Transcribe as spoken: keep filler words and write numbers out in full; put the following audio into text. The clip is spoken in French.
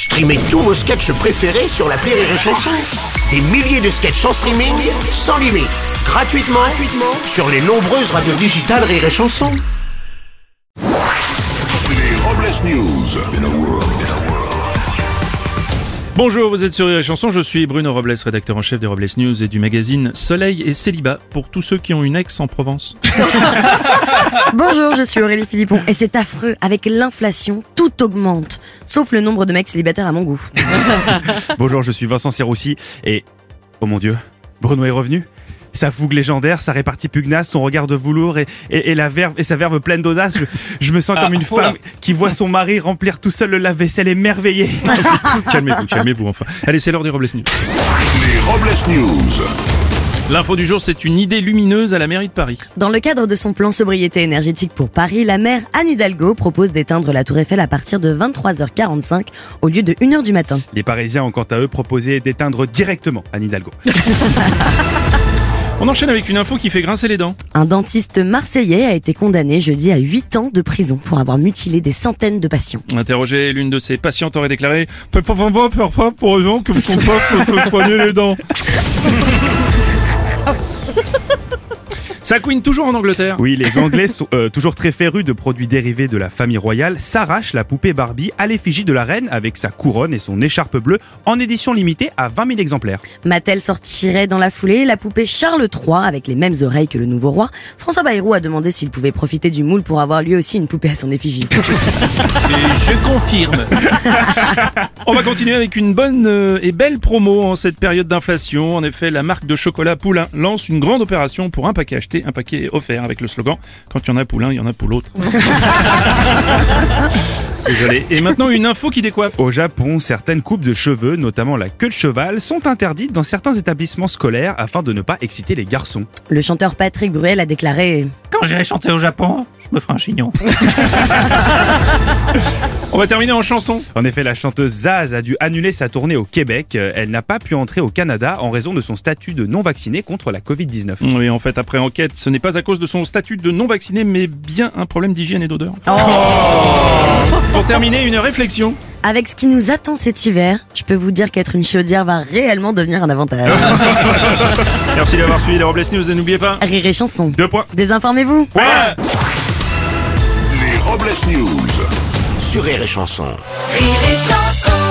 Streamez tous vos sketchs préférés sur l'appli Rire et Chanson. Des milliers de sketchs en streaming, sans limite, gratuitement, gratuitement sur les nombreuses radios digitales Rire et Chanson. Les Robles News. Bonjour, vous êtes sur Rire et Chanson, je suis Bruno Robles, rédacteur en chef des Robles News et du magazine Soleil et Célibat, pour tous ceux qui ont une ex en Provence. Bonjour, je suis Aurélie Philippon et c'est affreux, avec l'inflation, tout augmente, sauf le nombre de mecs célibataires à mon goût. Bonjour, je suis Vincent Serroussi et... Oh mon Dieu, Bruno est revenu. Sa fougue légendaire, sa répartie pugnace, son regard de velours et, et, et, la verve, et sa verve pleine d'audace. Je, je me sens Ah, comme une voilà. femme qui voit son mari remplir tout seul le lave-vaisselle émerveillé. Calmez-vous, calmez-vous enfin. Allez, c'est l'heure des Robles News. Les Robles News. L'info du jour, c'est une idée lumineuse à la mairie de Paris. Dans le cadre de son plan sobriété énergétique pour Paris, la maire Anne Hidalgo propose d'éteindre la tour Eiffel à partir de vingt-trois heures quarante-cinq au lieu de une heure du matin. Les Parisiens ont quant à eux proposé d'éteindre directement Anne Hidalgo. On enchaîne avec une info qui fait grincer les dents. Un dentiste marseillais a été condamné jeudi à huit ans de prison pour avoir mutilé des centaines de patients. Interrogé, l'une de ses patientes aurait déclaré « Faites pas faire ça pour raison que son peuple se soigner les dents ». Ça couine toujours en Angleterre. Oui, les Anglais sont euh, toujours très férus de produits dérivés de la famille royale, s'arrachent la poupée Barbie à l'effigie de la reine avec sa couronne et son écharpe bleue en édition limitée à vingt mille exemplaires. Mattel sortirait dans la foulée la poupée Charles trois avec les mêmes oreilles que le nouveau roi. François Bayrou a demandé s'il pouvait profiter du moule pour avoir lui aussi une poupée à son effigie. Et je confirme. On va continuer avec une bonne euh, et belle promo en cette période d'inflation. En effet, la marque de chocolat Poulain lance une grande opération pour un paquet acheté, un paquet offert, avec le slogan « Quand il y en a Poulain, il y en a pour l'autre ». Désolé. Et maintenant, une info qui décoiffe. Au Japon, certaines coupes de cheveux, notamment la queue de cheval, sont interdites dans certains établissements scolaires afin de ne pas exciter les garçons. Le chanteur Patrick Bruel a déclaré Quand j'irai chanter au Japon, je me ferai un chignon. On va terminer en chanson. En effet, la chanteuse Zaz a dû annuler sa tournée au Québec. Elle n'a pas pu entrer au Canada en raison de son statut de non-vacciné contre la covid dix-neuf. Oui, en fait, après enquête, ce n'est pas à cause de son statut de non-vacciné, mais bien un problème d'hygiène et d'odeur. oh Pour terminer, une réflexion. Avec ce qui nous attend cet hiver, je peux vous dire qu'être une chaudière va réellement devenir un avantage. Merci d'avoir suivi les Robles News et n'oubliez pas... Rire et chanson. Deux points. Désinformez-vous. Ouais. Les Robles News. Sur Rire et Chanson. Rire et chanson.